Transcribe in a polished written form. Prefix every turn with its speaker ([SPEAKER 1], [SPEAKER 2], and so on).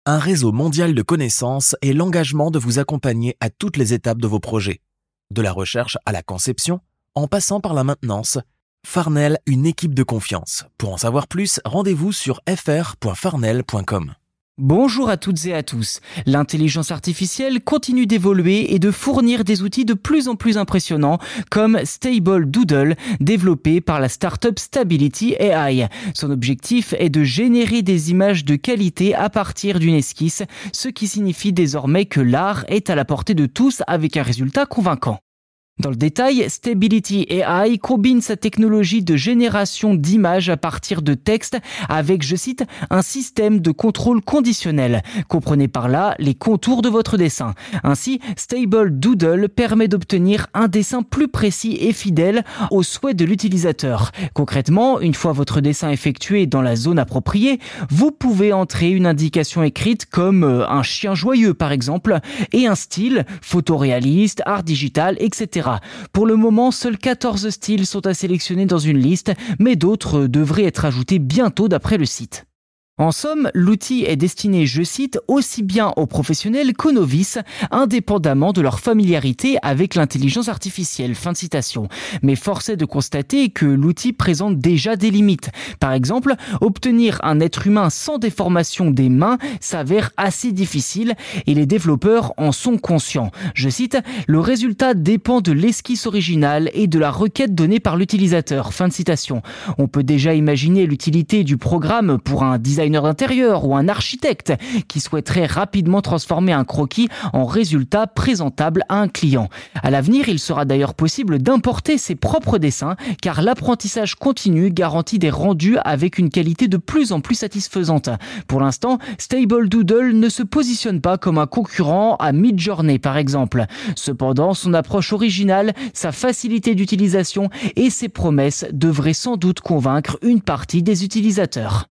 [SPEAKER 1] un réseau mondial de connaissances et l'engagement de vous accompagner à toutes les étapes de vos projets. De la recherche à la conception, en passant par la maintenance, Farnell, une équipe de confiance. Pour en savoir plus, rendez-vous sur fr.farnell.com.
[SPEAKER 2] Bonjour à toutes et à tous. L'intelligence artificielle continue d'évoluer et de fournir des outils de plus en plus impressionnants comme Stable Doodle, développé par la startup Stability AI. Son objectif est de générer des images de qualité à partir d'une esquisse, ce qui signifie désormais que l'art est à la portée de tous avec un résultat convaincant. Dans le détail, Stability AI combine sa technologie de génération d'images à partir de texte avec, je cite, un système de contrôle conditionnel. Comprenez par là les contours de votre dessin. Ainsi, Stable Doodle permet d'obtenir un dessin plus précis et fidèle aux souhaits de l'utilisateur. Concrètement, une fois votre dessin effectué dans la zone appropriée, vous pouvez entrer une indication écrite comme un chien joyeux par exemple, et un style, photoréaliste, art digital, etc. Pour le moment, seuls 14 styles sont à sélectionner dans une liste, mais d'autres devraient être ajoutés bientôt d'après le site. En somme, l'outil est destiné, je cite, aussi bien aux professionnels qu'aux novices, indépendamment de leur familiarité avec l'intelligence artificielle. Fin de citation. Mais force est de constater que l'outil présente déjà des limites. Par exemple, obtenir un être humain sans déformation des mains s'avère assez difficile et les développeurs en sont conscients. Je cite, le résultat dépend de l'esquisse originale et de la requête donnée par l'utilisateur. Fin de citation. On peut déjà imaginer l'utilité du programme pour un designer d'intérieur ou un architecte qui souhaiterait rapidement transformer un croquis en résultat présentable à un client. À l'avenir, il sera d'ailleurs possible d'importer ses propres dessins car l'apprentissage continu garantit des rendus avec une qualité de plus en plus satisfaisante. Pour l'instant, Stable Doodle ne se positionne pas comme un concurrent à Midjourney par exemple. Cependant, son approche originale, sa facilité d'utilisation et ses promesses devraient sans doute convaincre une partie des utilisateurs.